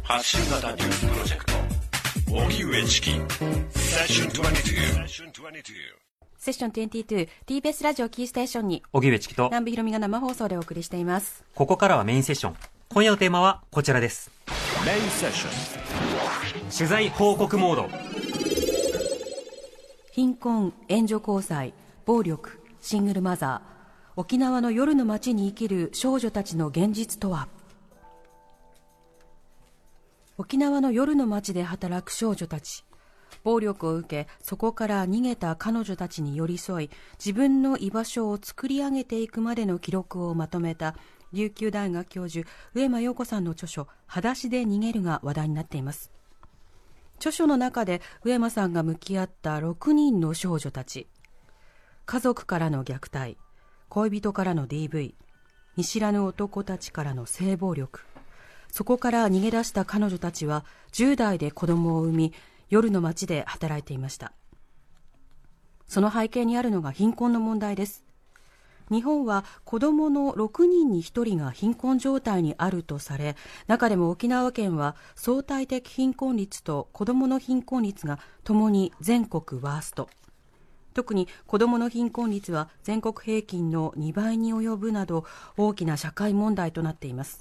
発信型ニュースプロジェクト荻上チキセッション22 セッション22 TBS ラジオキーステーションに荻上チキと南部ひろみが生放送でお送りしています。 ここからはメインセッション。今夜のテーマはこちらです。 メインセッション取材報告モード。 貧困、援助交際、暴力、シングルマザー、沖縄の夜の街に生きる少女たちの現実とは。沖縄の夜の街で働く少女たち、暴力を受けそこから逃げた彼女たちに寄り添い、自分の居場所を作り上げていくまでの記録をまとめた琉球大学教授上間陽子さんの著書裸足で逃げるが話題になっています。著書の中で上間さんが向き合った6人の少女たち、家族からの虐待、恋人からの DV、 見知らぬ男たちからの性暴力、そこから逃げ出した彼女たちは10代で子供を産み、夜の街で働いていました。その背景にあるのが貧困の問題です。日本は子供の6人に1人が貧困状態にあるとされ、中でも沖縄県は相対的貧困率と子供の貧困率がともに全国ワースト。特に子どもの貧困率は全国平均の2倍に及ぶなど大きな社会問題となっています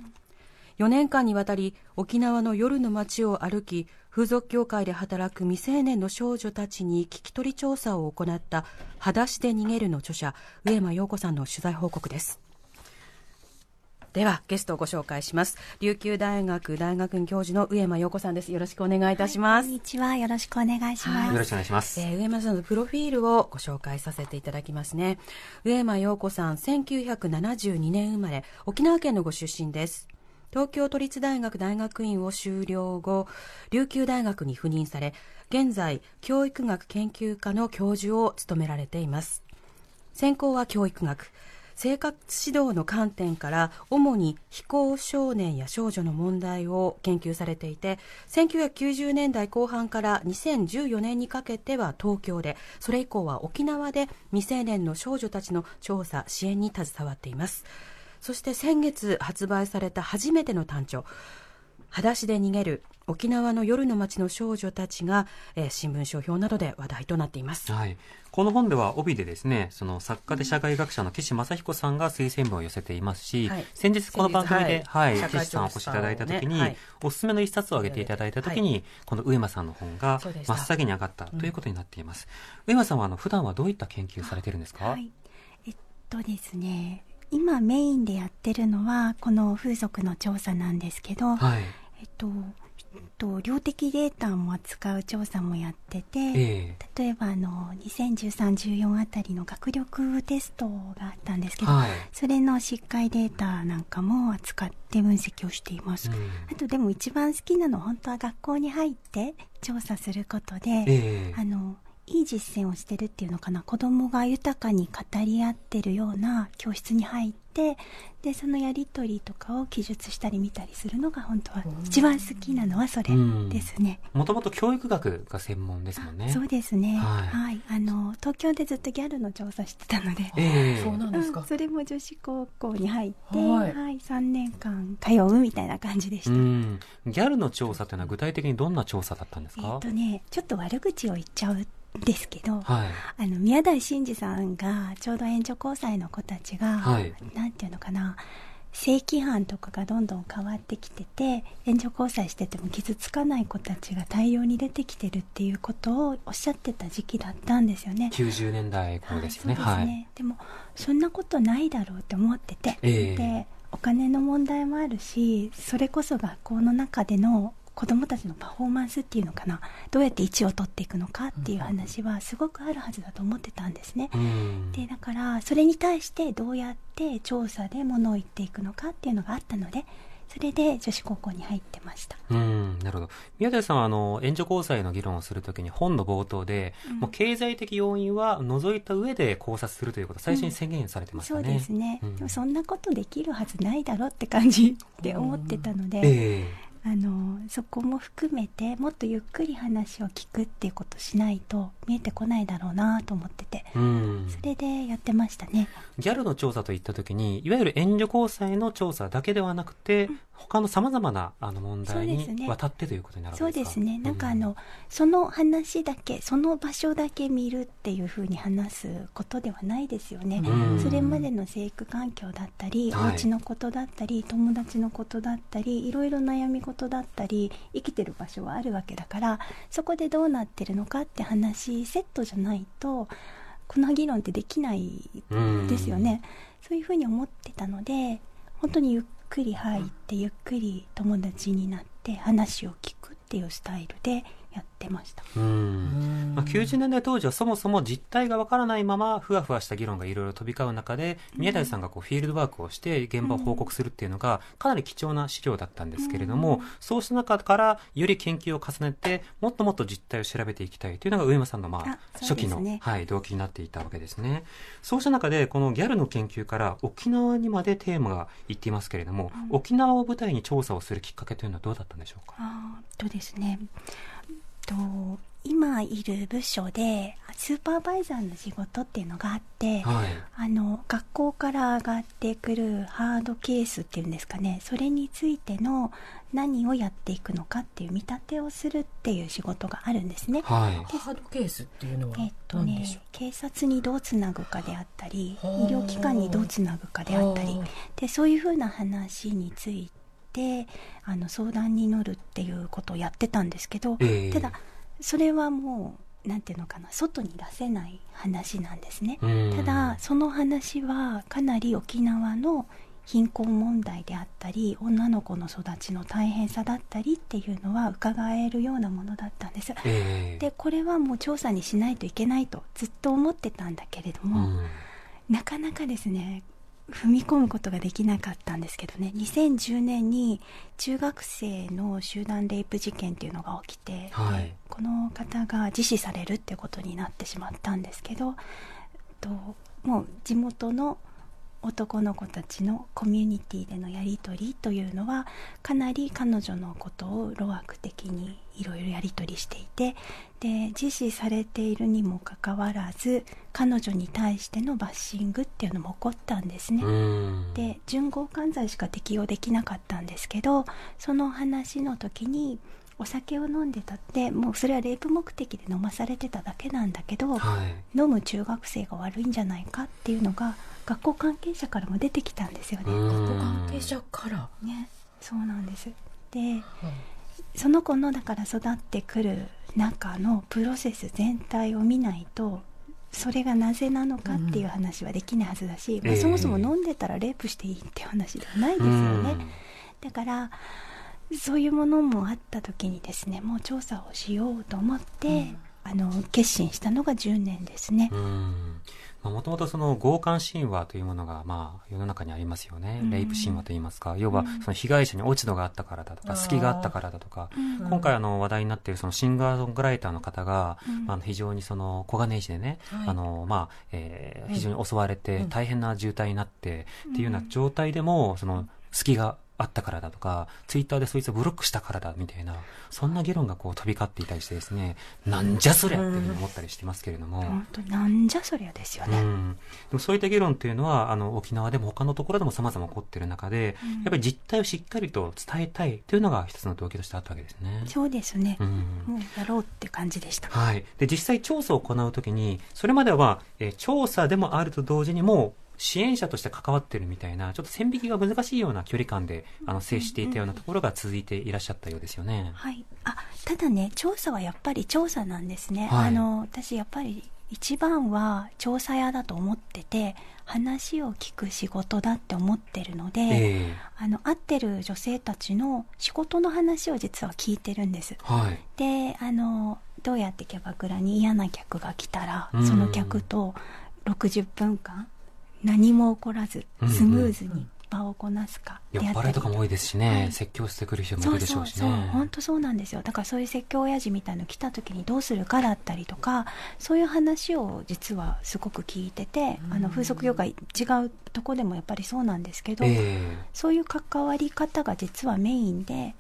。4年間にわたり沖縄の夜の街を歩き、風俗協会で働く未成年の少女たちに聞き取り調査を行った裸足で逃げるの著者上間陽子さんの取材報告です。ではゲストをご紹介します。琉球大学大学院教授の上間陽子さんです。よろしくお願いいたします。 こんにちは、よろしくお願いします。 よろしくお願いします。 上間さんのプロフィールをご紹介させていただきますね。上間陽子さん、1972年生まれ、沖縄県のご出身です。東京都立大学大学院を修了後、琉球大学に赴任され、現在教育学研究科の教授を務められています。専攻は教育学、生活指導の観点から主に非行少年や少女の問題を研究されていて、1990年代後半から2014年にかけては東京で、それ以降は沖縄で未成年の少女たちの調査支援に携わっています。そして先月発売された初めての短著、裸足で逃げる沖縄の夜の街の少女たちが、新聞書評などで話題となっています。 はい、この本では帯でですね、その作家で社会学者の岸正彦さんが推薦文を寄せていますし、はい、先日この番組で、岸さんお越しいただいた時に、おすすめの一冊を挙げていただいた時に、この上間さんの本が真っ先に上がったということになっています。上間さんは普段はどういった研究されているんですか？ はい、ですね、今メインでやってるのはこの風俗の調査なんですけど、はい、量的データも扱う調査もやってて、例えば2013、14あたりの学力テストがあったんですけど、はい、それの疾患データなんかも扱って分析をしています。あとでも一番好きなのは本当は学校に入って調査することで、いい実践をしてるっていうのかな、子供が豊かに語り合ってるような教室に入って、でそのやり取りとかを記述したり見たりするのが本当は一番好きなのはそれですね。 もともと教育学が専門ですもんね。 そうですね、はい、東京でずっとギャルの調査してたので、 そうなんですか。 それも女子高校に入って、3年間通うみたいな感じでした。 ギャルの調査というのは具体的にどんな調査だったんですか？ ちょっと悪口を言っちゃうですけど、宮台真司さんがちょうど援助交際の子たちが、なんていうのかな、正規犯とかがどんどん変わってきてて、援助交際してても傷つかない子たちが大量に出てきてるっていうことをおっしゃってた時期だったんですよね。 90年代頃ですよね。 そうですね。でもそんなことないだろうって思ってて、でお金の問題もあるし、それこそ学校の中での子どもたちのパフォーマンスっていうのかな、どうやって位置を取っていくのかっていう話はすごくあるはずだと思ってたんですね。でだからそれに対してどうやって調査でものを言っていくのかっていうのがあったので、それで女子高校に入ってました。 なるほど。宮台さんは援助交際の議論をするときに本の冒頭で、もう経済的要因は除いた上で考察するということを最初に宣言されてましたね。 そうですね、でもそんなことできるはずないだろうって感じで思ってたので、 そこも含めてもっとゆっくり話を聞くっていうことしないと見えてこないだろうなと思ってて、それでやってましたね。 ギャルの調査といったときにいわゆる援助交際の調査だけではなくて、他のさまざまな問題にわたってということになるわけですか。 そうですね。なんかその話だけその場所だけ見るっていうふうに話すことではないですよね。それまでの生育環境だったり、お家のことだったり友達のことだったりいろいろ悩み事だったり生きてる場所はあるわけだから、そこでどうなってるのかって話セットじゃないとこの議論ってできないですよね。そういうふうに思ってたので、本当にゆっくり入ってゆっくり友達になって話を聞くっていうスタイルでやってました。 90年代当時はそもそも実態がわからないままふわふわした議論がいろいろ飛び交う中で、宮台さんがフィールドワークをして現場を報告するっていうのがかなり貴重な資料だったんですけれども、そうした中からより研究を重ねてもっともっと実態を調べていきたいというのが上山さんの初期の、動機になっていたわけですね。そうした中でこのギャルの研究から沖縄にまでテーマがいっていますけれども、沖縄を舞台に調査をするきっかけというのはどうだったんでしょうか。 ですね、今いる部署でスーパーバイザーの仕事っていうのがあって、学校から上がってくるハードケースっていうんですかね、それについての何をやっていくのかっていう見立てをするっていう仕事があるんですね。 ハードケースっていうのは何でしょう。 警察にどうつなぐかであったり医療機関にどうつなぐかであったりで、そういうふうな話について相談に乗るっていうことをやってたんですけど、ただそれはもうなんていうのかな、外に出せない話なんですね。ただその話はかなり沖縄の貧困問題であったり女の子の育ちの大変さだったりっていうのは伺えるようなものだったんです。でこれはもう調査にしないといけないとずっと思ってたんだけれども、なかなかですね踏み込むことができなかったんですけどね、2010年に中学生の集団レイプ事件っていうのが起きて、この方が自死されるってことになってしまったんですけど、もう地元の男の子たちのコミュニティでのやり取りというのはかなり彼女のことを路悪的にいろいろやり取りしていて、で自死されているにもかかわらず彼女に対してのバッシングっていうのも起こったんですね。で準強姦罪しか適用できなかったんですけど、その話の時にお酒を飲んでたって、もうそれはレイプ目的で飲まされてただけなんだけど、飲む中学生が悪いんじゃないかっていうのが学校関係者からも出てきたんですよね。 学校関係者からね、そうなんです。で、その子のだから育ってくる中のプロセス全体を見ないとそれがなぜなのかっていう話はできないはずだし、そもそも飲んでたらレイプしていいっていう話ではないですよね。だからそういうものもあった時にですね、もう調査をしようと思って、決心したのが10年ですね。 もともとその強姦神話というものが世の中にありますよね。レイプ神話といいますか、要はその被害者に落ち度があったからだとか隙があったからだとか、今回話題になっているそのシンガーソングライターの方が、非常にその小金井市でね、非常に襲われて大変な渋滞になってっていうような状態でもその隙があったからだとか、ツイッターでそいつをブロックしたからだみたいな、そんな議論がこう飛び交っていたりしてですね、なんじゃそりゃっていうふうに思ったりしてますけれども、 本当なんじゃそりゃですよね。 でもそういった議論というのは沖縄でも他のところでも様々起こっている中で、やっぱり実態をしっかりと伝えたいというのが一つの動機としてあったわけですね。 そうですね、もうやろうって感じでした。 で実際調査を行うときにそれまでは、調査でもあると同時にもう支援者として関わってるみたいな、ちょっと線引きが難しいような距離感で接していたようなところが続いていらっしゃったようですよね。 ただね、調査はやっぱり調査なんですね。私やっぱり一番は調査屋だと思ってて、話を聞く仕事だって思ってるので、会ってる女性たちの仕事の話を実は聞いてるんです。でどうやってキャバクラに嫌な客が来たら、その客と60分間何も起こらずスムーズに場をこなすかであったり、 酔っ払いとかも多いですしね、説教してくる人もいるでしょうしね。 本当そうなんですよ。だからそういう説教親父みたいなの来た時にどうするかだったりとか、そういう話を実はすごく聞いてて、風俗業界違うとこでもやっぱりそうなんですけど、そういう関わり方が実はメインで、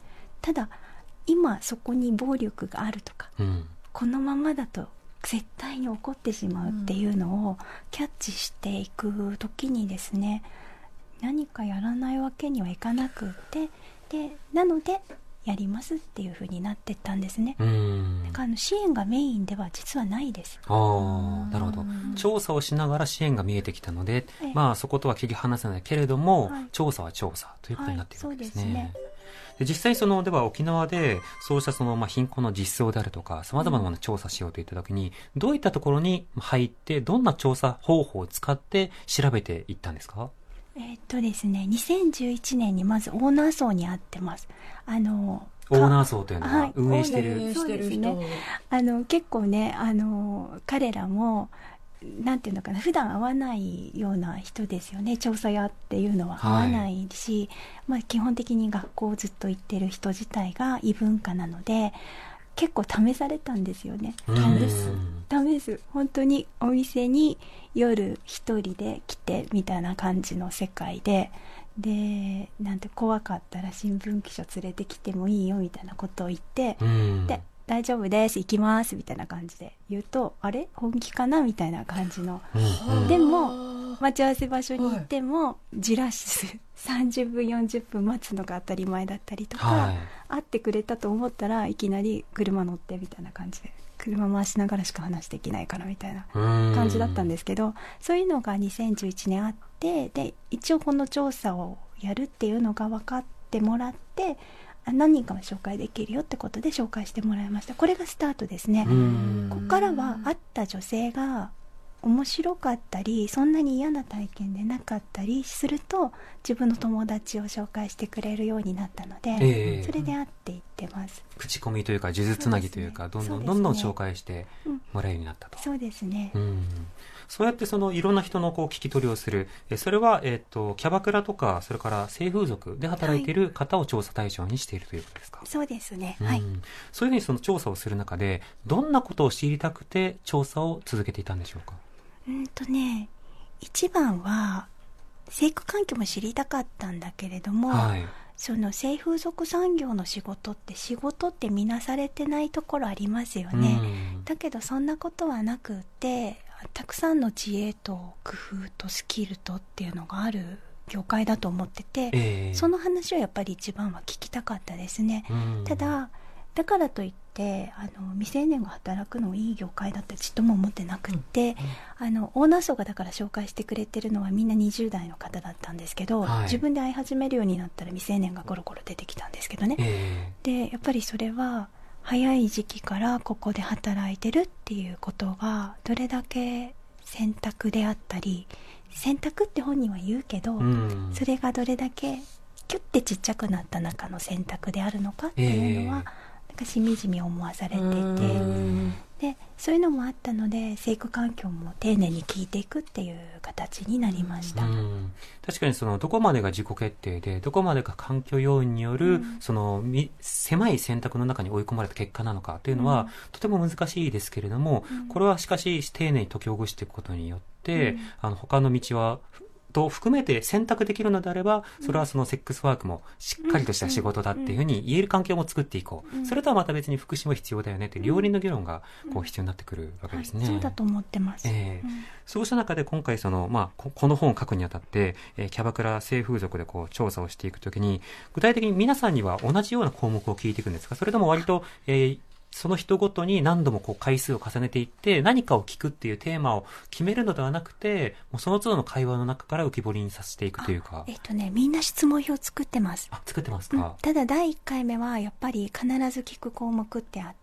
ただ今そこに暴力があるとか、このままだと絶対に起こってしまうっていうのをキャッチしていく時にですね、何かやらないわけにはいかなくって、でなのでやりますっていう風になってったんですね。だから支援がメインでは実はないです。 なるほど。調査をしながら支援が見えてきたので、そことは切り離せないけれども、調査は調査ということになっているわけですね。そうですね。で実際では沖縄でそうした貧困の実相であるとか様々なものを調査しようといったときに、どういったところに入ってどんな調査方法を使って調べていったんですか？ ですね、2011年にまずオーナー層に会ってます。 オーナー層というのは運営している、 そうですね。結構ね、彼らもなんていうのかな、普段会わないような人ですよね。調査屋っていうのは会わないし、基本的に学校をずっと行ってる人自体が異文化なので、結構試されたんですよね。試す本当にお店に夜一人で来てみたいな感じの世界で、なんて怖かったら新聞記者連れてきてもいいよみたいなことを言って、で大丈夫です行きますみたいな感じで言うと、あれ本気かなみたいな感じの、でも待ち合わせ場所に行ってもじらす30分40分待つのが当たり前だったりとか、会ってくれたと思ったらいきなり車乗ってみたいな感じで、車回しながらしか話できないからみたいな感じだったんですけど、そういうのが2011年あって、で一応この調査をやるっていうのが分かってもらって、何人かは紹介できるよってことで紹介してもらいました。これがスタートですね。ここからは会った女性が面白かったり、そんなに嫌な体験でなかったりすると、自分の友達を紹介してくれるようになったので、それで会っていってます。 口コミというか数珠つなぎというか、どんどん紹介してもらえるようになったと。 そうですね。 そうやっていろんな人の聞き取りをする、それはキャバクラとか、それから性風俗で働いている方を調査対象にしているということですか？ そうですね。 そういうふうに調査をする中で、どんなことを知りたくて調査を続けていたんでしょうか？ 一番は生育環境も知りたかったんだけれども、その性風俗産業の仕事って見なされてないところありますよね。だけどそんなことはなくって、たくさんの知恵と工夫とスキルとっていうのがある業界だと思ってて、その話をやっぱり一番は聞きたかったですね。ただだからといって未成年が働くのをいい業界だってちっとも思ってなくって、オーナー層がだから紹介してくれてるのはみんな20代の方だったんですけど、自分で会い始めるようになったら未成年がゴロゴロ出てきたんですけどね。でやっぱりそれは早い時期からここで働いてるっていうことがどれだけ選択であったり、選択って本人は言うけど、それがどれだけキュッてちっちゃくなった中の選択であるのかっていうのは、しみじみ思わされていて、でそういうのもあったので、生育環境も丁寧に聞いていくっていう形になりました。 確かにどこまでが自己決定で、どこまでが環境要因による、狭い選択の中に追い込まれた結果なのかというのは、とても難しいですけれども、これはしかし丁寧に解きほぐしていくことによって、他の道はと含めて選択できるのであれば、それはそのセックスワークもしっかりとした仕事だっていうふうに言える環境も作っていこう。それとはまた別に福祉も必要だよねって両輪の議論が必要になってくるわけですね。 そうだと思ってます。 そうした中で今回この本を書くにあたって、キャバクラ性風俗で調査をしていくときに、具体的に皆さんには同じような項目を聞いていくんですか？それとも割と、その人ごとに何度も回数を重ねていって何かを聞くっていうテーマを決めるのではなくて、もうその都度の会話の中から浮き彫りにさせていくというか。 みんな質問表作ってます。 作ってますか？ ただ第1回目はやっぱり必ず聞く項目ってあって、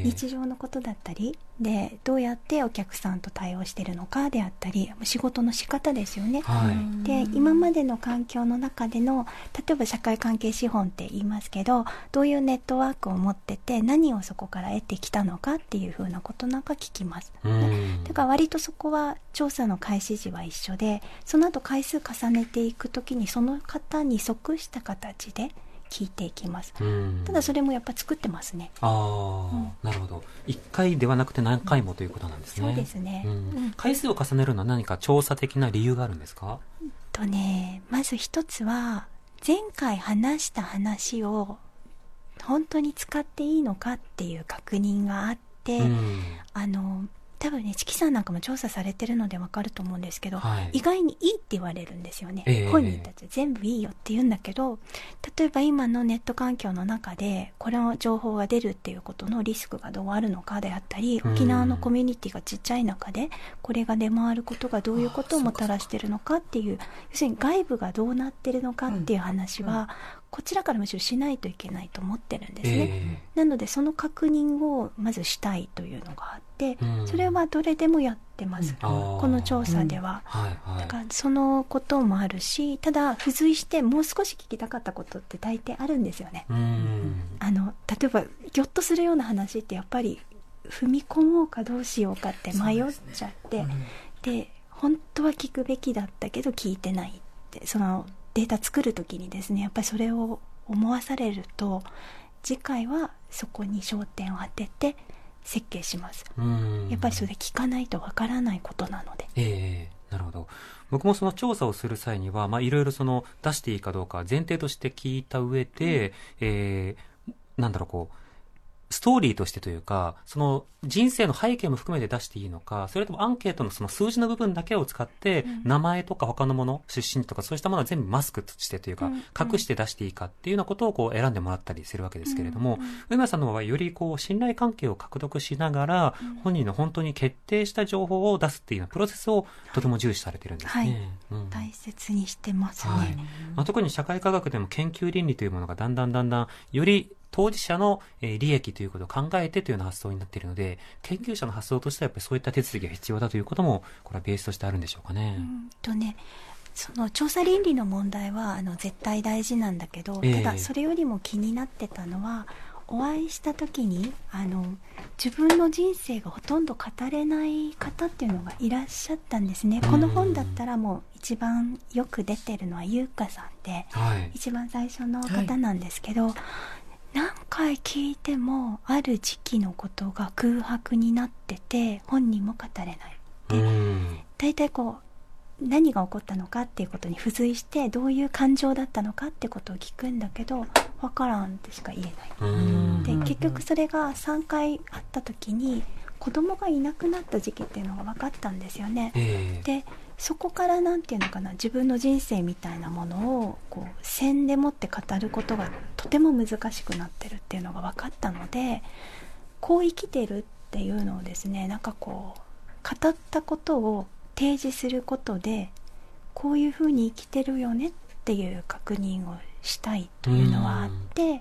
日常のことだったりで、どうやってお客さんと対応してるのかであったり、仕事の仕方ですよね。で今までの環境の中での、例えば社会関係資本って言いますけど、どういうネットワークを持ってて何をそこから得てきたのかっていうふうなことなんか聞きます。だから割とそこは調査の開始時は一緒で、その後回数重ねていくときにその方に即した形で聞いていきます。ただそれもやっぱ作ってますね。 なるほど。1回ではなくて何回もということなんですね。 そうですね。 回数を重ねるのは何か調査的な理由があるんですか？ まず一つは前回話した話を本当に使っていいのかっていう確認があって、多分ね、チキさんなんかも調査されてるのでわかると思うんですけど、意外にいいって言われるんですよね。本人たち全部いいよって言うんだけど、例えば今のネット環境の中でこれの情報が出るっていうことのリスクがどうあるのかであったり、沖縄のコミュニティがちっちゃい中でこれが出回ることがどういうことをもたらしてるのかっていう、要するに外部がどうなってるのかっていう話は、こちらからむしろしないといけないと思ってるんですね。なのでその確認をまずしたいというのがあって、それはどれでもやってます、この調査では。だからそのこともあるし、ただ付随してもう少し聞きたかったことって大抵あるんですよね。例えばぎょっとするような話ってやっぱり踏み込もうかどうしようかって迷っちゃって、で本当は聞くべきだったけど聞いてないって、そのデータ作るときにですね、やっぱりそれを思わされると、次回はそこに焦点を当てて設計します。やっぱりそれ聞かないとわからないことなので。 なるほど。僕もその調査をする際には、いろいろその出していいかどうか前提として聞いた上で、ストーリーとしてというか、その人生の背景も含めて出していいのか、それともアンケートのその数字の部分だけを使って、名前とか他のもの、出身とかそうしたものは全部マスクとしてというか、隠して出していいかっていうようなことをこう選んでもらったりするわけですけれども、上村さんの場合はよりこう信頼関係を獲得しながら、本人の本当に決定した情報を出すっていうようなプロセスをとても重視されてるんですね。 大切にしてますね。 特に社会科学でも研究倫理というものがだんだんより当事者の利益ということを考えてというような発想になっているので、研究者の発想としてはやっぱりそういった手続きが必要だということも、これはベースとしてあるんでしょうかね。 その調査倫理の問題は絶対大事なんだけど、ただそれよりも気になってたのは、お会いした時に自分の人生がほとんど語れない方っていうのがいらっしゃったんですね。この本だったらもう一番よく出てるのは優香さんで、一番最初の方なんですけど、何回聞いてもある時期のことが空白になってて、本人も語れないで、大体何が起こったのかっていうことに付随してどういう感情だったのかってことを聞くんだけど、分からんってしか言えないで、結局それが3回あった時に子供がいなくなった時期っていうのが分かったんですよね。でそこからなんていうのかな、自分の人生みたいなものを線でもって語ることがとても難しくなってるっていうのが分かったので、こう生きてるっていうのをですね、語ったことを提示することで、こういうふうに生きてるよねっていう確認をしたいというのはあって、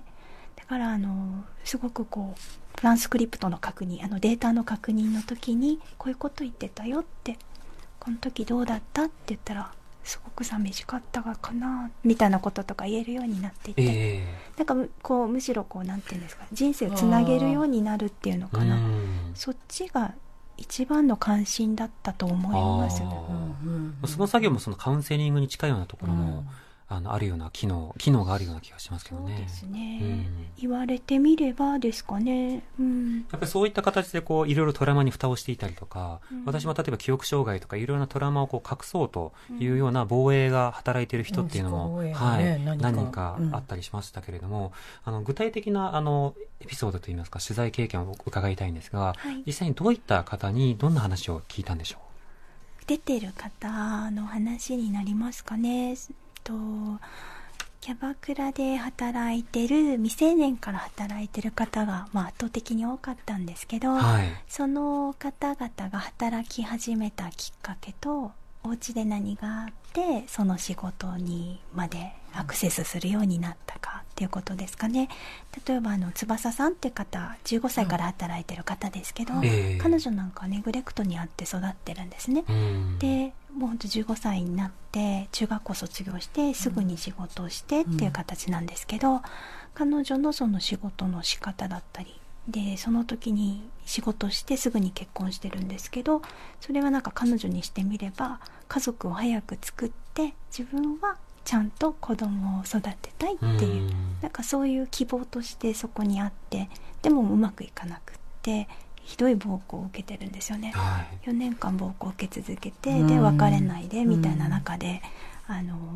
だからすごくトランスクリプトの確認、データの確認の時にこういうこと言ってたよって、この時どうだったって言ったら、すごく寂しかったがかなみたいなこととか言えるようになっていて、むしろなんていうんですか、人生をつなげるようになるっていうのかな、そっちが一番の関心だったと思います。 その作業もそのカウンセリングに近いようなところも、あるような機能があるような気がしますけどね。 そうですね、言われてみればですかね。やっぱりそういった形でいろいろトラウマに蓋をしていたりとか、私も例えば記憶障害とかいろいろなトラウマを隠そうというような防衛が働いている人っていうのも、何人かあったりしましたけれども、具体的なエピソードといいますか取材経験を伺いたいんですが、実際にどういった方にどんな話を聞いたんでしょう。 出てる方の話になりますかね。キャバクラで働いてる未成年から働いてる方が、圧倒的に多かったんですけど、その方々が働き始めたきっかけと、お家で何があってその仕事にまでアクセスするようになったかっていうことですかね。例えば翼さんって方、15歳から働いてる方ですけど、彼女なんかはネグレクトにあって育ってるんですね。でもうほんと15歳になって中学校卒業してすぐに仕事をしてっていう形なんですけど、彼女のその仕事の仕方だったりで、その時に仕事してすぐに結婚してるんですけど、それは彼女にしてみれば家族を早く作って自分はちゃんと子供を育てたいっていう、そういう希望としてそこにあって、でもうまくいかなくってひどい暴行を受けてるんですよね。4年間暴行を受け続けて、で別れないでみたいな中で、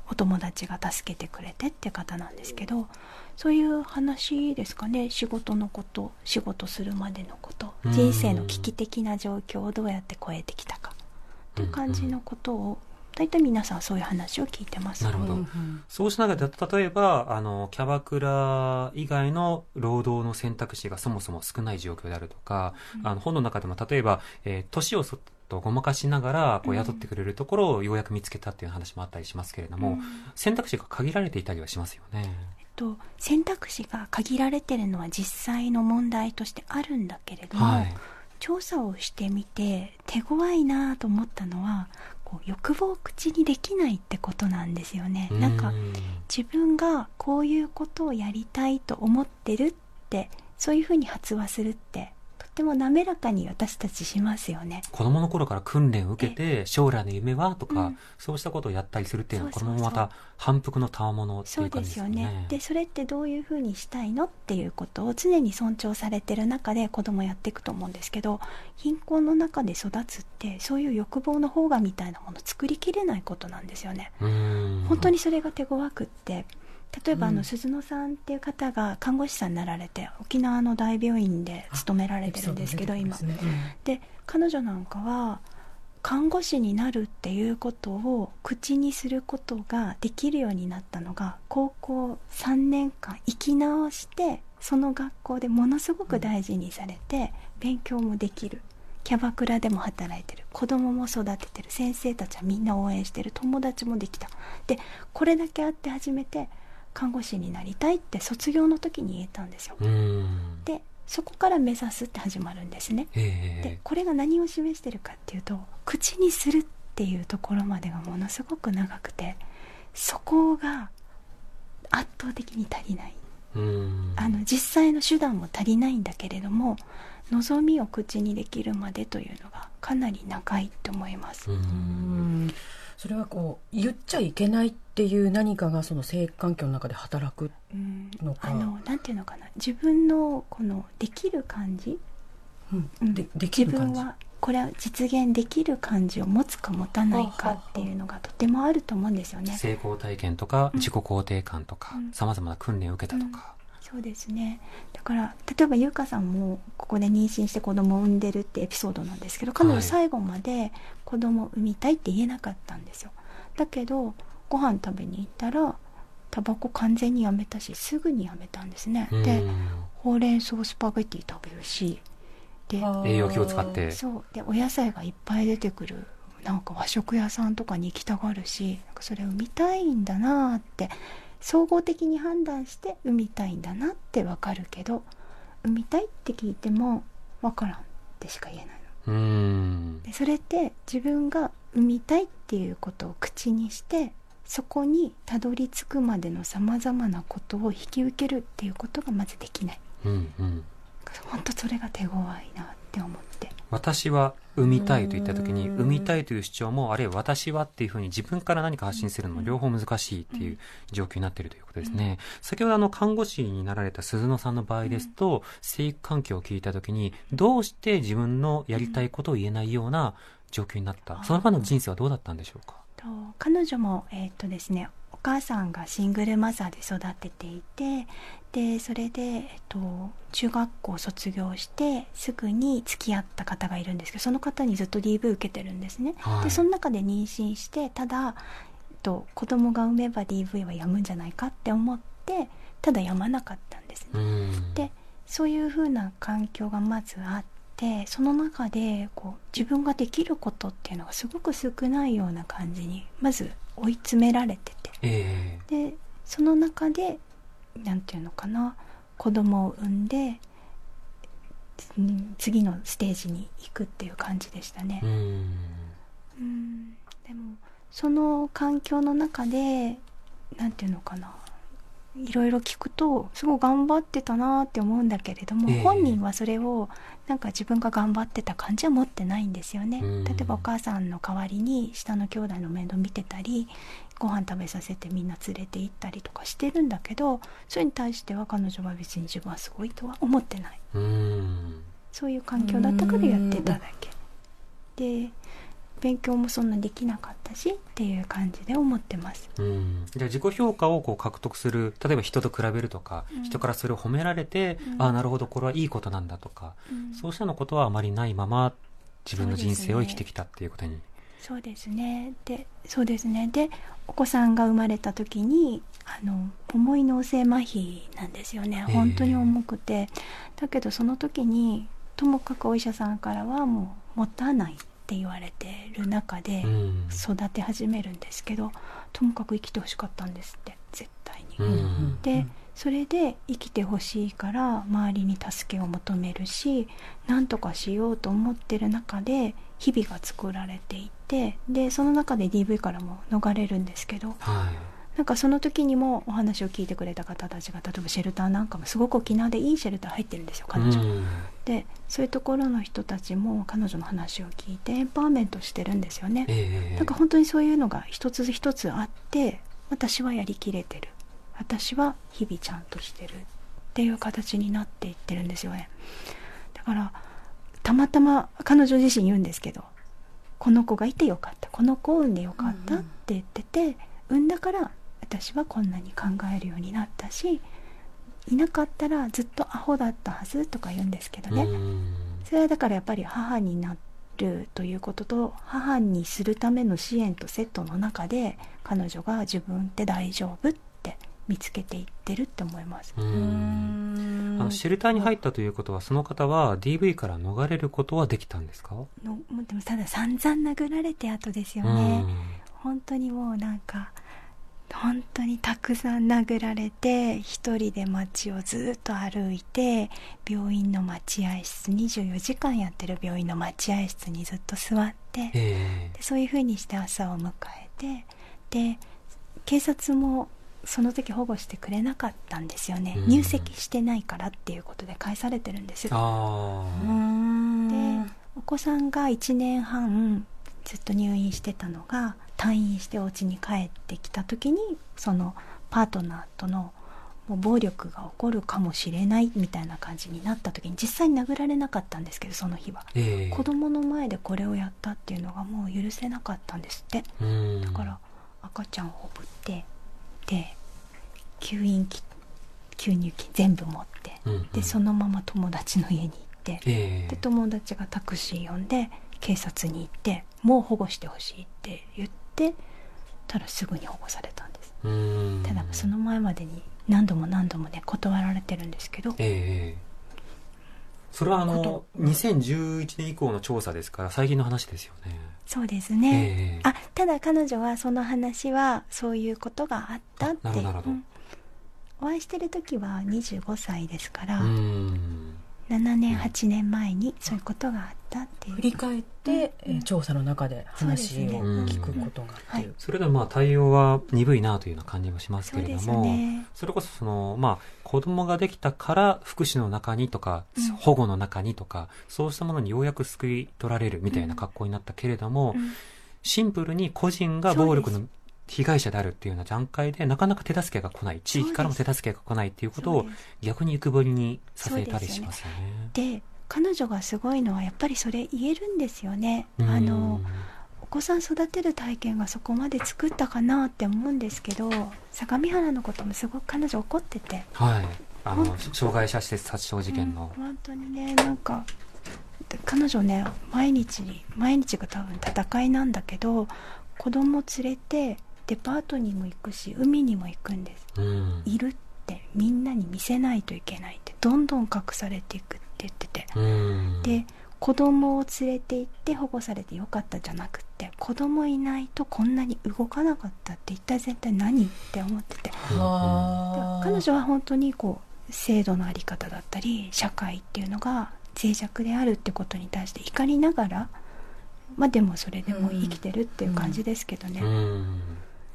お友達が助けてくれてって方なんですけど、そういう話ですかね。仕事のこと、仕事するまでのこと、人生の危機的な状況をどうやって超えてきたかという感じのことを、大体皆さんそういう話を聞いてます。 なるほど。そうしながら例えばキャバクラ以外の労働の選択肢がそもそも少ない状況であるとか、本の中でも例えば年をとごまかしながらこう雇ってくれるところをようやく見つけたっていう話もあったりしますけれども、選択肢が限られていたりはしますよね。 選択肢が限られているのは実際の問題としてあるんだけれども、調査をしてみて手強いなと思ったのは、こう欲望を口にできないってことなんですよね。なんか自分がこういうことをやりたいと思ってるって、そういうふうに発話するってとっても滑らかに私たちしますよね。 子供の頃から訓練を受けて将来の夢はとか、そうしたことをやったりするっていうのは、これもまた反復の賜物っていう感じですよね。そうですよね。 でそれってどういうふうにしたいのっていうことを常に尊重されてる中で子供やっていくと思うんですけど、貧困の中で育つってそういう欲望の方がみたいなものを作りきれないことなんですよね。本当にそれが手強くって、例えば鈴野さんっていう方が看護師さんになられて沖縄の大病院で勤められてるんですけど、今で彼女なんかは看護師になるっていうことを口にすることができるようになったのが高校3年間生き直して、その学校でものすごく大事にされて、勉強もできる、キャバクラでも働いてる、子供も育ててる、先生たちはみんな応援してる、友達もできた。でこれだけあって初めて看護師になりたいって卒業の時に言えたんですよ。でそこから目指すって始まるんですね。でこれが何を示してるかっていうと、口にするっていうところまでがものすごく長くて、そこが圧倒的に足りない。実際の手段も足りないんだけれども、望みを口にできるまでというのがかなり長いと思います。 それはこう言っちゃいけないっていう何かがその生育環境の中で働くのか、 なんていうのかな、自分のこのできる感じ、 できる感じ、 自分はこれは実現できる感じを持つか持たないかっていうのがとてもあると思うんですよね。 成功体験とか自己肯定感とか、様々な訓練を受けたとか、 そうですね。だから例えば優香さんもここで妊娠して子供を産んでるってエピソードなんですけど、彼女最後まで子供を産みたいって言えなかったんですよ。だけどご飯食べに行ったらタバコ完全にやめたし、すぐにやめたんですね。でほうれん草スパゲティ食べるし、で栄養気を使って、 そうでお野菜がいっぱい出てくるなんか和食屋さんとかに行きたがるし、なんかそれを見たいんだなって総合的に判断して産みたいんだなって分かるけど、産みたいって聞いても分からんってしか言えないの。でそれって自分が産みたいっていうことを口にして、そこにたどり着くまでのさまざまなことを引き受けるっていうことがまずできない。本当それが手強いなって思って、 私は産みたいと言った時に、産みたいという主張も、あるいは私はっていうふうに自分から何か発信するのも両方難しいっていう状況になっているということですね。先ほど看護師になられた鈴野さんの場合ですと、生育環境を聞いた時にどうして自分のやりたいことを言えないような状況になった、その場の人生はどうだったんでしょうか。 彼女もですね、お母さんがシングルマザーで育てていて、でそれで、中学校を卒業してすぐに付き合った方がいるんですけど、その方にずっと DV 受けてるんですね。でその中で妊娠して、ただ、子供が産めば DV はやむんじゃないかって思って、ただやまなかったんですね。でそういう風な環境がまずあって、その中で自分ができることっていうのがすごく少ないような感じにまず追い詰められてて、でその中でなんていうのかな、子供を産んで次のステージに行くっていう感じでしたね。でもその環境の中でなんていうのかな、いろいろ聞くとすごい頑張ってたなって思うんだけれども、本人はそれをなんか自分が頑張ってた感じは持ってないんですよね。例えばお母さんの代わりに下の兄弟の面倒見てたり、ご飯食べさせてみんな連れて行ったりとかしてるんだけど、それに対しては彼女は別に自分はすごいとは思ってない。そういう環境だったからやってただけで、 勉強もそんなできなかったしっていう感じで思ってます。 じゃあ自己評価をこう獲得する、例えば人と比べるとか、人からそれを褒められて、ああなるほどこれはいいことなんだとか、そうしたのことはあまりないまま自分の人生を生きてきたっていうことに。 そうですね。そうですね。でお子さんが生まれた時に重い脳性麻痺なんですよね。本当に重くて、だけどその時にともかくお医者さんからはもう持たないって言われてる中で育て始めるんですけど、ともかく生きてほしかったんですって、絶対に。でそれで生きてほしいから周りに助けを求めるし、何とかしようと思ってる中で日々が作られていて、でその中で DV からも逃れるんですけど、なんかその時にもお話を聞いてくれた方たちが、例えばシェルターなんかもすごく沖縄でいいシェルター入ってるんですよ、彼女。でそういうところの人たちも彼女の話を聞いてエンパワーメントしてるんですよね。なんか本当にそういうのが一つ一つあって、私はやりきれてる、私は日々ちゃんとしてるっていう形になっていってるんですよね。だからたまたま彼女自身言うんですけど、この子がいてよかった、この子を産んでよかったって言ってて、産んだから私はこんなに考えるようになったし、いなかったらずっとアホだったはずとか言うんですけどね。それはだからやっぱり母になるということと、母にするための支援とセットの中で彼女が自分って大丈夫って見つけていってるって思います。 シェルターに入ったということは、その方は DV から逃れることはできたんですか？ でもただ散々殴られて後ですよね。本当にもうなんか本当にたくさん殴られて、一人で街をずっと歩いて、病院の待合室、24時間やってる病院の待合室にずっと座って、でそういう風にして朝を迎えて、で警察もその時保護してくれなかったんですよね。入籍してないからっていうことで返されてるんですよ。でお子さんが1年半ずっと入院してたのが、退院してお家に帰ってきた時に、そのパートナーとのもう暴力が起こるかもしれないみたいな感じになった時に、実際に殴られなかったんですけど、その日は、子供の前でこれをやったっていうのがもう許せなかったんですって。だから赤ちゃんをほぶって、で吸入金全部持って、でそのまま友達の家に行って、で友達がタクシー呼んで警察に行って、もう保護してほしいって言ってたらすぐに保護されたんです。ただその前までに何度もね断られてるんですけど、 それは2011年以降の調査ですから最近の話ですよね。 そうですね、ただ彼女はその話はそういうことがあったって。お会いしてる時は25歳ですから、7年8年前にそういうことがあったっていう、 振り返って、調査の中で話を聞くことがあって、 それでも対応は鈍いなというような感じもしますけれども、それこそ子供ができたから福祉の中にとか、保護の中にとか、そうしたものにようやく救い取られるみたいな格好になったけれども、シンプルに個人が暴力の被害者であるっていうような段階でなかなか手助けが来ない、地域からも手助けが来ないっていうことを逆に浮く彫りにさせたりしますよね。 で彼女がすごいのはやっぱりそれ言えるんですよね。お子さん育てる体験がそこまで作ったかなって思うんですけど、相模原のこともすごく彼女怒ってて、 障害者施設殺傷事件の、 本当にね、なんか彼女ね、毎日が多分戦いなんだけど、子供連れてデパートにも行くし海にも行くんです、いるってみんなに見せないといけないって、どんどん隠されていくって言ってて、で子供を連れて行って保護されてよかったじゃなくて、子供いないとこんなに動かなかったって一体絶対何って思ってて、彼女は本当に制度のあり方だったり社会っていうのが脆弱であるってことに対して怒りながら、でもそれでも生きてるっていう感じですけどね。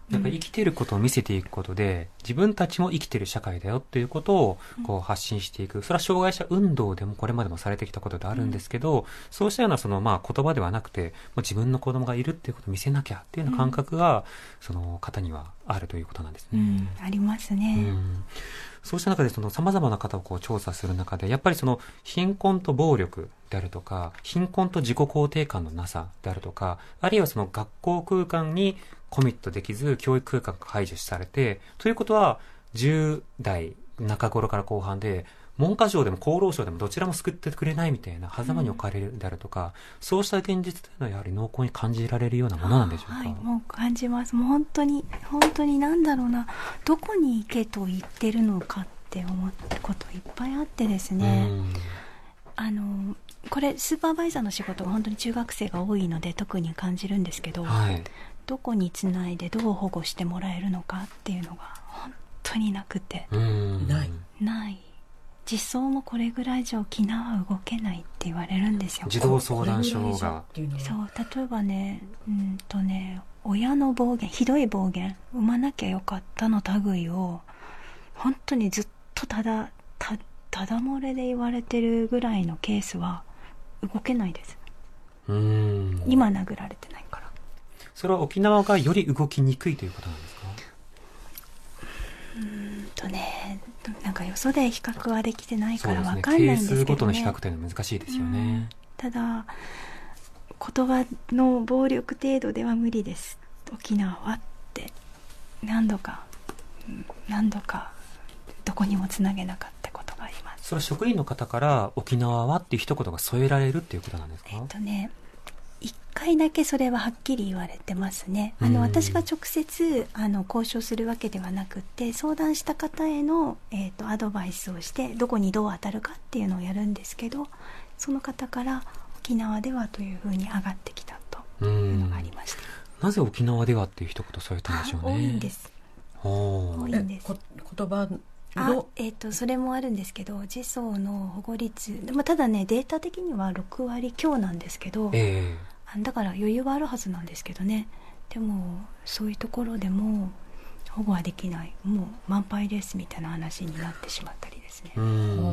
やっぱり生きていることを見せていくことで、自分たちも生きている社会だよっていうことをこう発信していく。それは障害者運動でもこれまでもされてきたことであるんですけど、そうしたような言葉ではなくて、もう自分の子供がいるっていうことを見せなきゃっていうような感覚が、その方にはあるということなんですね。 ありますね。 そうした中で様々な方をこう調査する中で、やっぱり貧困と暴力であるとか、貧困と自己肯定感のなさであるとか、あるいは学校空間にコミットできず教育空間が排除されて、ということは10代中頃から後半で文科省でも厚労省でもどちらも救ってくれないみたいな狭間に置かれるであるとか、そうした現実というのはやはり濃厚に感じられるようなものなんでしょうか。 はい、もう感じます。もう本当になんだろうな、どこに行けと言ってるのかって思ったこといっぱいあってですね、これスーパーバイザーの仕事が本当に中学生が多いので特に感じるんですけど、どこにつないでどう保護してもらえるのかっていうのが本当になくて、ない実相もこれぐらいじゃ沖縄は動けないって言われるんですよ。 児童相談所がそう例えばね、親の暴言、ひどい暴言、産まなきゃよかったの類を本当にずっとただ漏れで言われてるぐらいのケースは動けないです。今殴られてないから。 それは沖縄がより動きにくいということなんですか？ なんかよそで比較はできてないから分かんないんですけどね。ケースごとの比較というのは難しいですよね。 ただ言葉の暴力程度では無理です、沖縄はって何度かどこにもつなげなかったことがあります。 それは職員の方から沖縄はっていう一言が添えられるっていうことなんですか？ 1回だけそれははっきり言われてますね。私が直接交渉するわけではなくて、相談した方への、アドバイスをしてどこにどう当たるかっていうのをやるんですけど、その方から沖縄ではというふうに上がってきたというのがありました。 なぜ沖縄ではっていう一言添えたんでしょうね。 多いんです。多いんです。 言葉それもあるんですけど、児相の保護率、ただねデータ的には6割強なんですけど、だから余裕はあるはずなんですけどね。でもそういうところでも保護はできない、もう満杯ですみたいな話になってしまったりですね。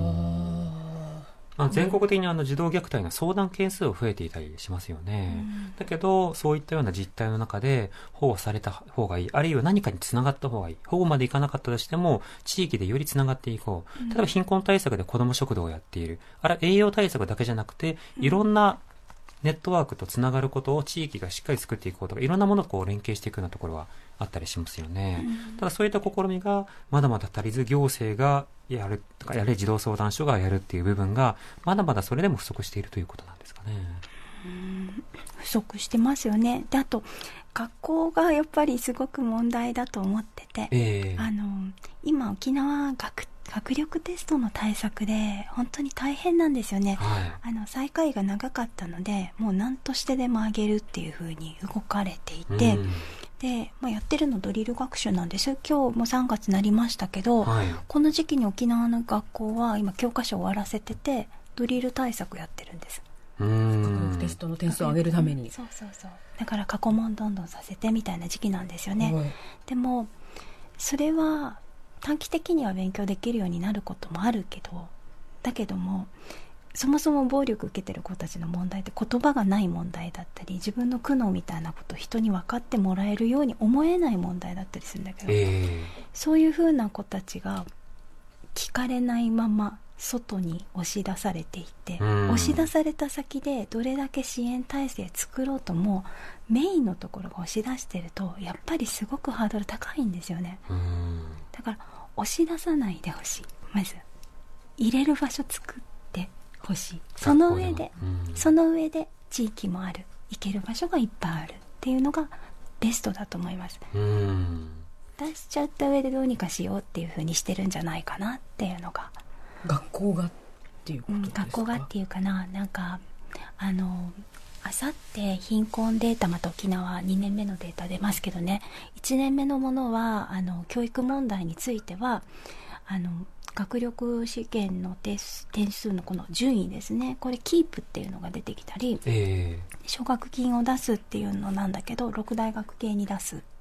全国的に児童虐待の相談件数が増えていたりしますよね。だけどそういったような実態の中で保護された方がいい、あるいは何かにつながった方がいい、保護までいかなかったとしても地域でよりつながっていこう。例えば貧困対策で子ども食堂をやっている、あれは栄養対策だけじゃなくていろんなネットワークとつながることを地域がしっかり作っていこうとか、いろんなものと連携していくようなところはあったりしますよね。ただそういった試みがまだまだ足りず、行政がやるとか、やれ児童相談所がやるっていう部分がまだまだそれでも不足しているということなんですかね。 不足してますよね。であと学校がやっぱりすごく問題だと思ってて、今沖縄学力テストの対策で本当に大変なんですよね。最下位が長かったので、もう何としてでも上げるっていう風に動かれていて、で、やってるのドリル学習なんですよ。今日も3月になりましたけど、この時期に沖縄の学校は今教科書を終わらせててドリル対策やってるんです。 学力テストの点数を上げるために。 そうだから過去問どんどんさせてみたいな時期なんですよね。でもそれは短期的には勉強できるようになることもあるけど、だけどもそもそも暴力受けてる子たちの問題って言葉がない問題だったり、自分の苦悩みたいなことを人に分かってもらえるように思えない問題だったりするんだけど、そういうふうな子たちが聞かれないまま外に押し出されていて、押し出された先でどれだけ支援体制作ろうともメインのところが押し出してるとやっぱりすごくハードル高いんですよね。だから押し出さないでほしい。まず入れる場所作ってほしい。その上で地域もある、行ける場所がいっぱいあるっていうのがベストだと思います。出しちゃった上でどうにかしようっていう風にしてるんじゃないかなっていうのが。 学校がっていうことですか？ 学校がっていうかな、なんかあさって貧困データ、また沖縄2年目のデータ出ますけどね、1年目のものは教育問題については学力試験の点数のこの順位ですね、これキープっていうのが出てきたり、奨学金を出すっていうのなんだけど6大学系に出す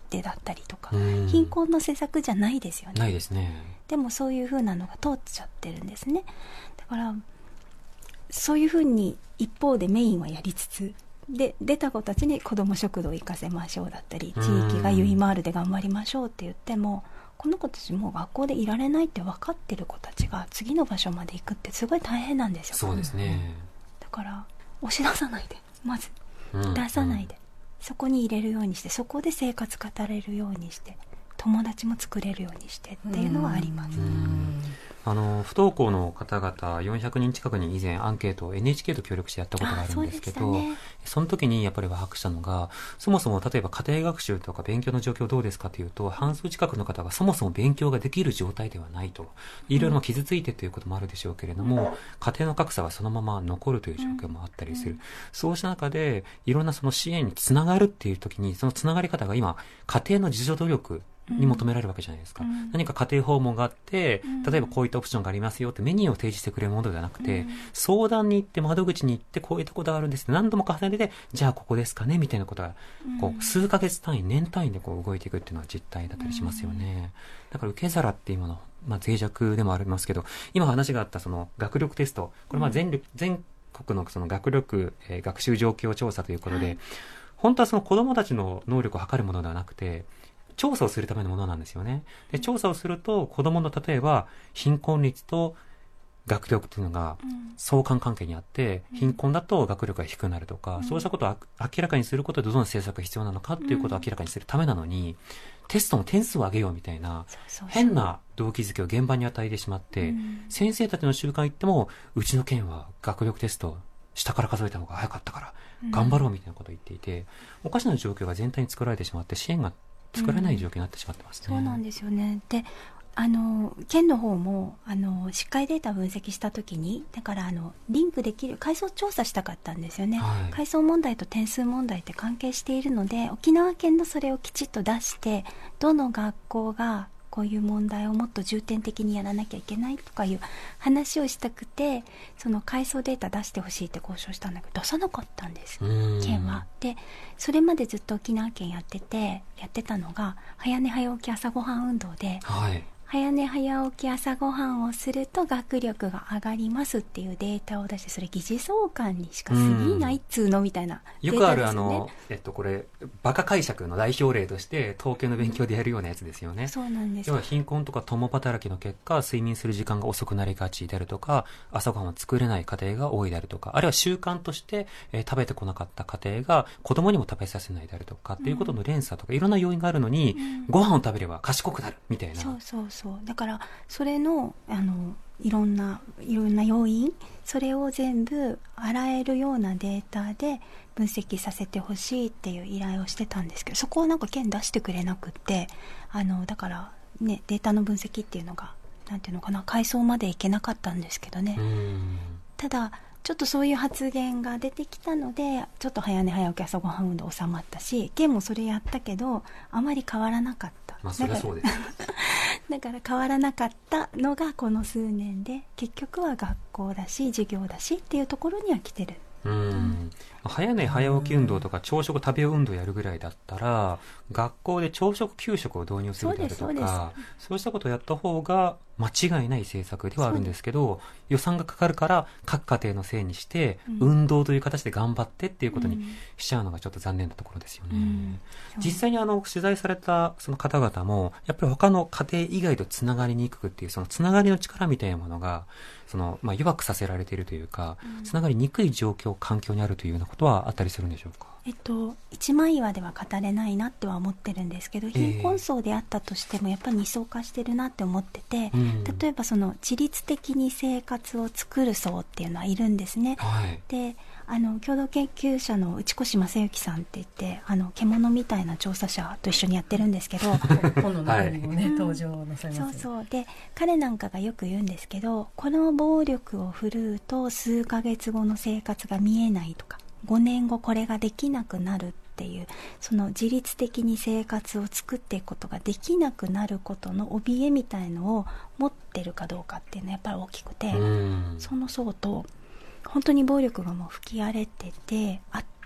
手だったりとか、貧困の施策じゃないですよね。 ないですね。 でもそういう風なのが通っちゃってるんですね。だからそういう風に一方でメインはやりつつで、出た子たちに子ども食堂行かせましょうだったり、地域がゆいまーるで頑張りましょうって言っても、この子たちもう学校でいられないって分かってる子たちが次の場所まで行くってすごい大変なんですよ。 そうですね。 だから押し出さないで、まず出さないで、そこに入れるようにして、そこで生活語れるようにして、友達も作れるようにしてっていうのはあります。 不登校の方々400人近くに以前アンケートを NHK と協力してやったことがあるんですけど、その時にやっぱり把握したのが、そもそも例えば家庭学習とか勉強の状況どうですかというと、半数近くの方がそもそも勉強ができる状態ではないと、いろいろ傷ついてということもあるでしょうけれども、家庭の格差はそのまま残るという状況もあったりする。そうした中でいろんなその支援につながるっていう時に、そのつながり方が今家庭の自助努力に求められるわけじゃないですか。何か家庭訪問があって、例えばこういったオプションがありますよってメニューを提示してくれるものではなくて、相談に行って窓口に行ってこういったことがあるんですって何度も重ねて、じゃあここですかねみたいなことがこう数ヶ月単位、年単位でこう動いていくっていうのは実態だったりしますよね。だから受け皿っていうもの、脆弱でもありますけど、今話があったその学力テスト、これ全国のその学力、学習状況調査ということで、本当はその子どもたちの能力を測るものではなくて、調査をするためのものなんですよね。で、調査をすると子どもの例えば貧困率と学力というのが相関関係にあって、貧困だと学力が低くなるとか、そうしたことを明らかにすることでどの政策が必要なのかということを明らかにするためなのに、テストの点数を上げようみたいな変な動機づけを現場に与えてしまって、先生たちの習慣行っても、うちの県は学力テスト下から数えた方が早かったから頑張ろうみたいなことを言っていて、おかしな状況が全体に作られてしまって、支援が作れない状況になってしまってますね。 そうなんですよね。で、県の方もしっかりデータを分析したときに、だからリンクできる階層調査したかったんですよね。階層問題と点数問題って関係しているので、沖縄県のそれをきちっと出して、どの学校がこういう問題をもっと重点的にやらなきゃいけないとかいう話をしたくて、その階層データ出してほしいって交渉したんだけど、出さなかったんです、県は。で、それまでずっと沖縄県やってたのが、早寝早起き朝ごはん運動で、早寝早起き朝ごはんをすると学力が上がりますっていうデータを出して、それ疑似相関にしか過ぎないっつうのみたいなデータですよね。 よくあるこれバカ解釈の代表例として統計の勉強でやるようなやつですよね。 そうなんです。 要は貧困とか共働きの結果、睡眠する時間が遅くなりがちであるとか、朝ごはんを作れない家庭が多いであるとか、あるいは習慣として、食べてこなかった家庭が子供にも食べさせないであるとかっていうことの連鎖とか、いろんな要因があるのに、ご飯を食べれば賢くなるみたいな。 そうだからそれのいろんな要因、それを全部洗えるようなデータで分析させてほしいっていう依頼をしてたんですけど、そこをなんか県出してくれなくって、だからね、データの分析っていうのがなんていうのかな、階層までいけなかったんですけどね。ただちょっとそういう発言が出てきたので、ちょっと早寝早起き朝ごはん運動収まったし、県もそれやったけどあまり変わらなかった。 そりゃそうですだから変わらなかったのがこの数年で、結局は学校だし授業だしっていうところには来てる。 早寝早起き運動とか朝食食べよう運動やるぐらいだったら、学校で朝食給食を導入するであるとか、そうしたことをやった方が間違いない政策ではあるんですけど、予算がかかるから各家庭のせいにして、運動という形で頑張ってっていうことにしちゃうのがちょっと残念なところですよね。実際に取材されたその方々もやっぱり他の家庭以外とつながりにくくっていう、そのつながりの力みたいなものが弱くさせられているというか、つながりにくい状況環境にあるというようなことはあったりするんでしょうか。 一枚岩では語れないなっては思ってるんですけど、貧困層であったとしてもやっぱり二層化してるなって思ってて、例えばその自律的に生活を作る層っていうのはいるんですね。で、共同研究者の内越正幸さんって言って、獣みたいな調査者と一緒にやってるんですけど本の中にもね、登場なさいます。 そうで、彼なんかがよく言うんですけど、この暴力を振るうと数ヶ月後の生活が見えないとか、5年後これができなくなるっていう、その自律的に生活を作っていくことができなくなることの怯えみたいのを持ってるかどうかっていうのはやっぱり大きくて、その層と本当に暴力がもう吹き荒れてて、圧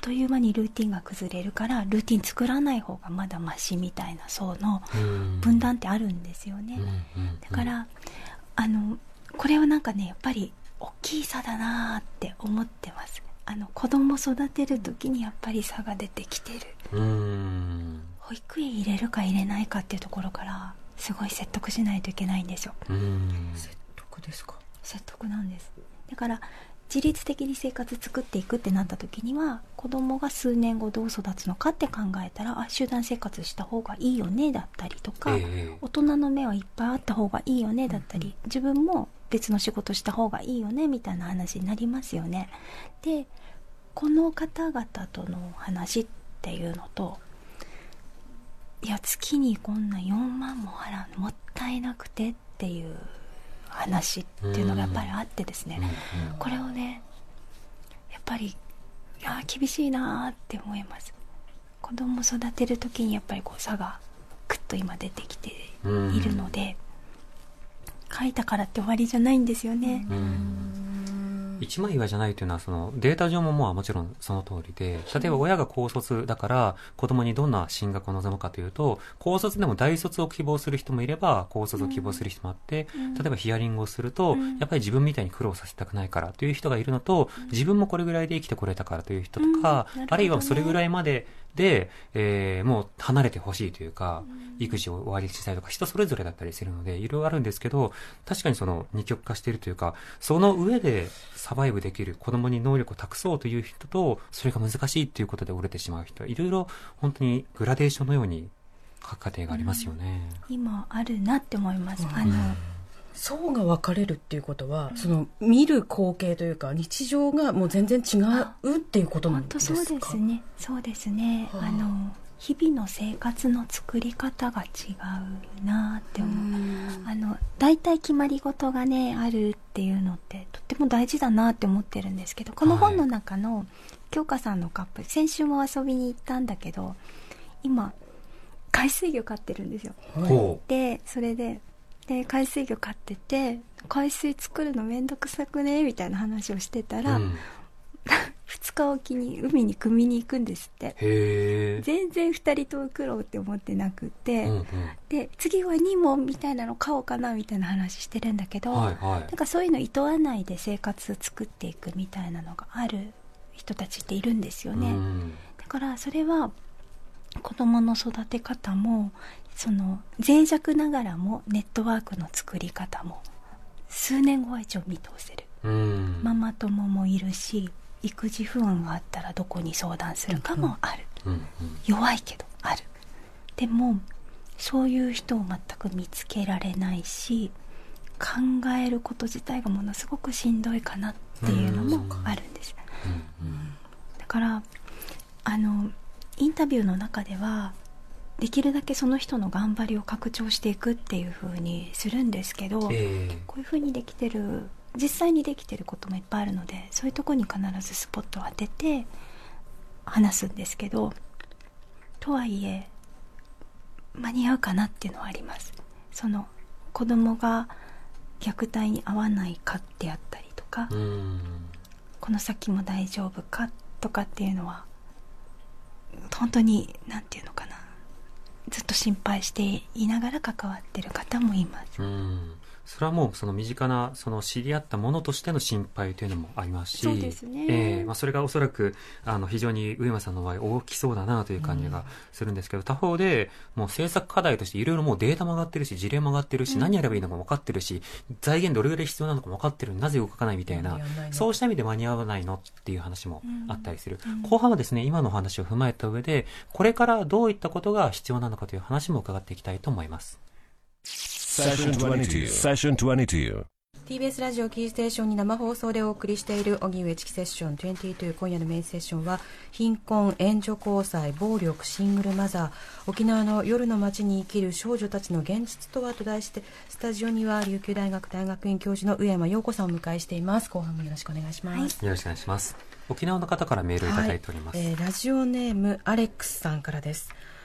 という間にルーティンが崩れるから、ルーティン作らない方がまだマシみたいな層の分断ってあるんですよね。だからこれはなんかね、やっぱり大きい差だなって思ってます。子供育てる時にやっぱり差が出てきてる。保育園入れるか入れないかっていうところからすごい説得しないといけないんですよ。 説得ですか？ 説得なんです。だから自律的に生活作っていくってなった時には、子供が数年後どう育つのかって考えたら、集団生活した方がいいよねだったりとか、大人の目はいっぱいあった方がいいよねだったり、自分も別の仕事した方がいいよねみたいな話になりますよね。で、この方々との話っていうのと、いや月にこんな4万も払うのもったいなくてっていう話っていうのがやっぱりあってですね、これをね、やっぱり厳しいなって思います。子供を育てる時にやっぱりこう差がぐっと今出てきているので、書いたからって終わりじゃないんですよね。 一枚岩じゃないというのは、そのデータ上ももちろんその通りで、例えば親が高卒だから子供にどんな進学を望むかというと、高卒でも大卒を希望する人もいれば高卒を希望する人もあって、例えばヒアリングをすると、やっぱり自分みたいに苦労させたくないからという人がいるのと、自分もこれぐらいで生きてこれたからという人とか、あるいはそれぐらいまでで、もう離れてほしいというか、育児を終わりにしたいとか、人それぞれだったりするのでいろいろあるんですけど、確かにその二極化しているというか、その上でサバイブできる子供に能力を託そうという人と、それが難しいということで折れてしまう人、いろいろ本当にグラデーションのように各家庭がありますよね。 今あるなって思います。 層が分かれるっていうことは、その見る光景というか日常がもう全然違うっていうことなんですか？ 本当そうですね。そうですね。日々の生活の作り方が違うなって思う。大体決まり事がねあるっていうのってとっても大事だなって思ってるんですけど、この本の中の京香さんのカップル、先週も遊びに行ったんだけど、今海水魚飼ってるんですよ。でそれで海水魚飼ってて、海水作るのめんどくさくねみたいな話をしてたら、2日おきに海に汲みに行くんですって。全然2人と苦労って思ってなくて、で次は2問みたいなの買おうかなみたいな話してるんだけど、なんかそういうの厭わないで生活作っていくみたいなのがある人たちっているんですよね。だからそれは子供の育て方も、その脆弱ながらもネットワークの作り方も数年後は一応見通せる。ママ友もいるし、育児不安があったらどこに相談するかもある。弱いけどある。でもそういう人を全く見つけられないし、考えること自体がものすごくしんどいかなっていうのもあるんです。だからインタビューの中ではできるだけその人の頑張りを拡張していくっていう風にするんですけど、こういう風にできてる、実際にできてることもいっぱいあるので、そういうとこに必ずスポットを当てて話すんですけど、とはいえ間に合うかなっていうのはあります。その子供が虐待に遭わないかであったりとか、この先も大丈夫かとかっていうのは本当になんていうのかな、ずっと心配していながら関わってる方もいます。 それはもうその身近なその知り合ったものとしての心配というのもありますし、 そうですね。 それがおそらく非常に上山さんの場合大きそうだなという感じがするんですけど、他方でもう政策課題としていろいろもうデータも上がってるし、事例も上がってるし、何やればいいのか分かってるし、財源どれぐらい必要なのかも分かってるのになぜ動かないみたいな、そうした意味で間に合わないのっていう話もあったりする。後半はですね、今のお話を踏まえた上でこれからどういったことが必要なのかという話も伺っていきたいと思います。 Session 22 TBS ラジオキーステーションに生放送でお送りしている荻上チキセッション22。今夜のメインセッションは貧困、援助交際、暴力、シングルマザー、沖縄の夜の街に生きる少女たちの現実とはと題して、スタジオには琉球大学大学院教授の上山陽子さんをお迎えしています。後半もよろしくお願いします。 よろしくお願いします。沖縄の方からメールをいただいております。 ラジオネームアレックスさんからです。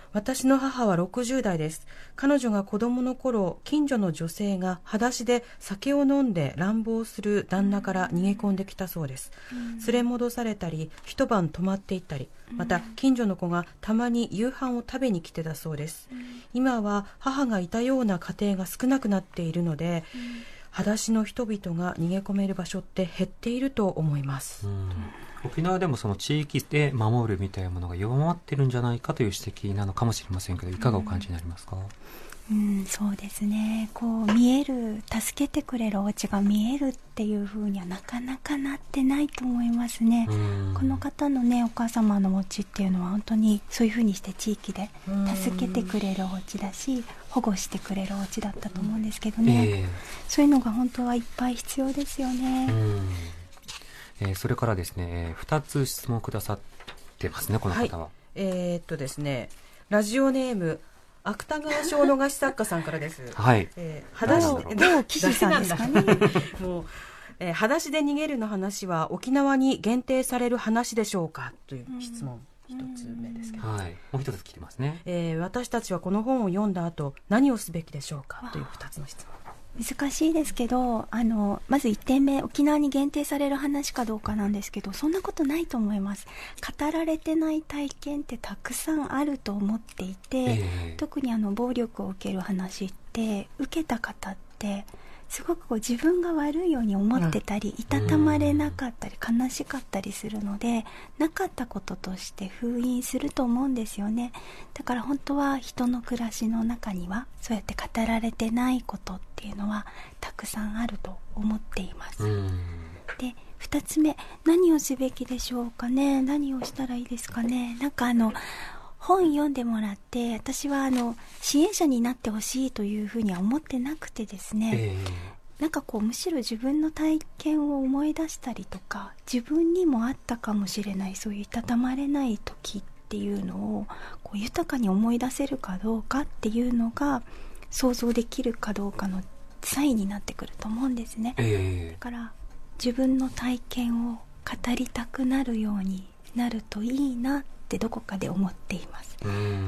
私の母は60代です。彼女が子供の頃、近所の女性が裸足で酒を飲んで乱暴する旦那から逃げ込んできたそうです。連れ戻されたり、一晩泊まっていったり、また近所の子がたまに夕飯を食べに来てたそうです。今は母がいたような家庭が少なくなっているので、裸足の人々が逃げ込める場所って減っていると思います。 沖縄でもその地域で守るみたいなものが弱まってるんじゃないかという指摘なのかもしれませんけど、いかがお感じになりますか？ そうですね。こう見える、助けてくれるお家が見えるっていう風にはなかなかなってないと思いますね。この方のね、お母様のお家っていうのは本当にそういう風にして地域で助けてくれるお家だし、保護してくれるお家だったと思うんですけどね、そういうのが本当はいっぱい必要ですよね。 それからですね、2つ質問くださってますね、この方は。 ですね、ラジオネーム芥川賞逃し作家さんからです。 はい。 裸足で、どう記事さんですかね。 もう、裸足で逃げるの話は沖縄に限定される話でしょうかという質問。一つ目ですけど、 はい、もう一つ聞いてますね。 私たちはこの本を読んだ後何をすべきでしょうかという2つの質問。 難しいですけど、まず1点目、沖縄に限定される話かどうかなんですけど、そんなことないと思います。語られてない体験ってたくさんあると思っていて、特に暴力を受ける話って受けた方ってすごく自分が悪いように思ってたり、いたたまれなかったり悲しかったりするので、なかったこととして封印すると思うんですよね。だから本当は人の暮らしの中にはそうやって語られてないことっていうのはたくさんあると思っています。で、2つ目、何をすべきでしょうかね。何をしたらいいですかね。なんか本読んでもらって、私は支援者になってほしいというふうには思ってなくてですね、なんかむしろ自分の体験を思い出したりとか、自分にもあったかもしれないそういういたたまれない時っていうのを豊かに思い出せるかどうかっていうのが想像できるかどうかのサインになってくると思うんですね。だから自分の体験を語りたくなるようになるといいなってどこかで思っています。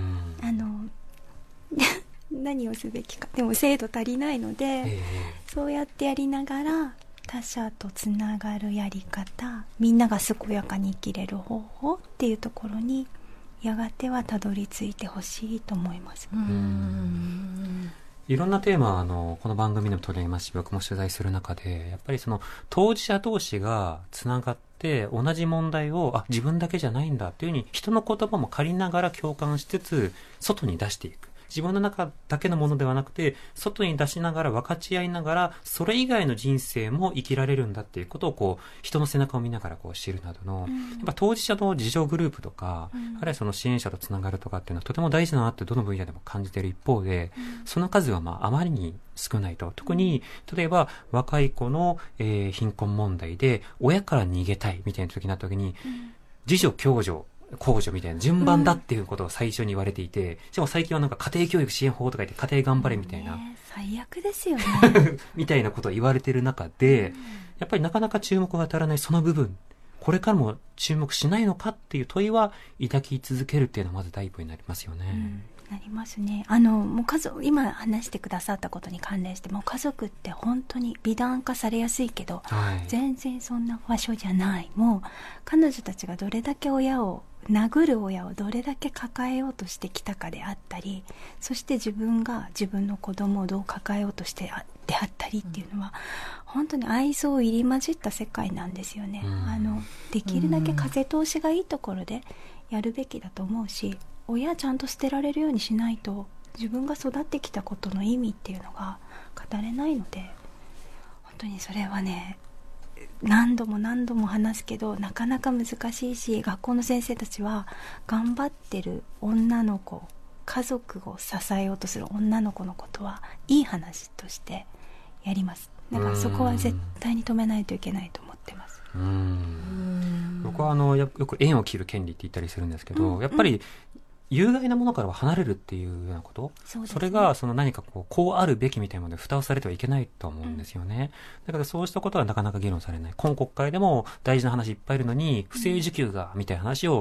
何をすべきか、でも精度足りないので、そうやってやりながら他者とつながるやり方、みんなが健やかに生きれる方法っていうところにやがてはたどり着いてほしいと思います。 いろんなテーマこの番組でも取り上げますし、僕も取材する中でやっぱりその当事者同士がつながって同じ問題を自分だけじゃないんだっていうふうに人の言葉も借りながら共感しつつ外に出していく。自分の中だけのものではなくて外に出しながら分かち合いながらそれ以外の人生も生きられるんだっていうことを人の背中を見ながら知るなどの、やっぱ当事者の自助グループとか、あるいはその支援者とつながるとかっていうのはとても大事だなってどの分野でも感じている一方で、その数はあまりに少ないと。特に例えば若い子の、貧困問題で親から逃げたいみたいな時になった時に、自助共助公助みたいな順番だっていうことを最初に言われていて、しかも最近はなんか家庭教育支援法とか言って家庭頑張れみたいな、 最悪ですよねみたいなことを言われている中で、やっぱりなかなか注目が当たらないその部分、これからも注目しないのかっていう問いは抱き続けるっていうのはまず第一歩になりますよね。 なりますね。もう今話してくださったことに関連して、もう家族って本当に美談化されやすいけど、全然そんな場所じゃない。もう彼女たちがどれだけ殴る親をどれだけ抱えようとしてきたかであったり、そして自分が自分の子供をどう抱えようとしてであったりっていうのは、本当に愛想入り混じった世界なんですよね。できるだけ風通しがいいところでやるべきだと思うし、親ちゃんと捨てられるようにしないと自分が育ってきたことの意味っていうのが語れないので、本当にそれはね、何度も何度も話すけどなかなか難しいし、学校の先生たちは頑張ってる女の子、家族を支えようとする女の子のことはいい話としてやります。だからそこは絶対に止めないといけないと思ってます。 僕はよく縁を切る権利って言ったりするんですけど、やっぱり有害なものからは離れるっていうようなこと、それが何かこうあるべきみたいなもので蓋をされてはいけないと思うんですよね。だからそうしたことはなかなか議論されない。今国会でも大事な話いっぱいいるのに、不正受給がみたいな話を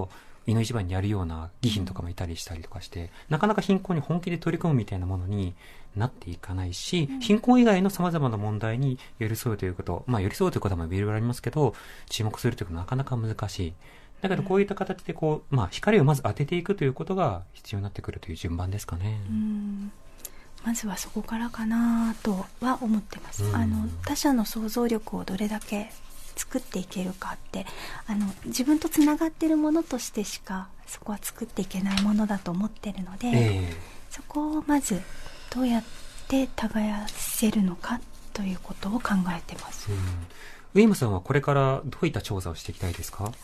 いの一番にやるような義品とかもいたりしたりとかして、なかなか貧困に本気で取り組むみたいなものになっていかないし、貧困以外の様々な問題に寄り添うということ、寄り添うということもいろいろありますけど、注目するということはなかなか難しい。だけどこういった形で光をまず当てていくということが必要になってくるという順番ですかね。 まずはそこからかなとは思ってます。他者の想像力をどれだけ作っていけるかって、自分とつながっているものとしてしかそこは作っていけないものだと思ってるので、そこをまずどうやって耕せるのかということを考えてます。 上山さんはこれからどういった調査をしていきたいですか？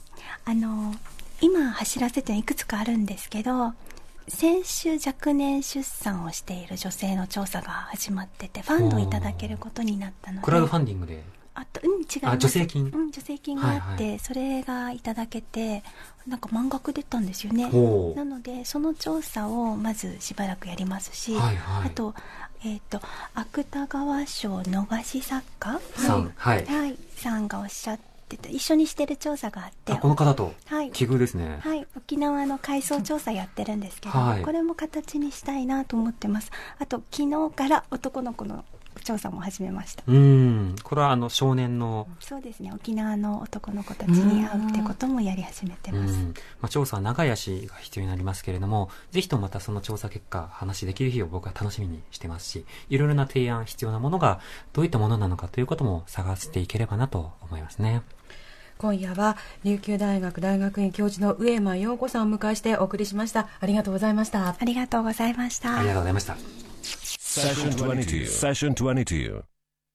今走らせていくつかあるんですけど、先週若年出産をしている女性の調査が始まってて、ファンドいただけることになったので、 クラウドファンディングで違います。 助成金、 助成金があって、それがいただけて、なんか満額出たんですよね。なのでその調査をまずしばらくやりますし、あと芥川賞逃し作家さんがおっしゃってた、一緒にしてる調査があって、 この方と奇遇ですね。 沖縄の海藻調査やってるんですけど、これも形にしたいなと思ってます。あと昨日から男の子の調査も始めました。これは少年の、 そうですね、沖縄の男の子たちに会うってこともやり始めてます。 調査は長い足が必要になりますけれども、ぜひともまたその調査結果話できる日を僕は楽しみにしてますし、いろいろな提案必要なものがどういったものなのかということも探していければなと思いますね。 今夜は琉球大学大学院教授の上間陽子さんをお迎えしてお送りしました。ありがとうございました。 ありがとうございました。 ありがとうございました。 Session 22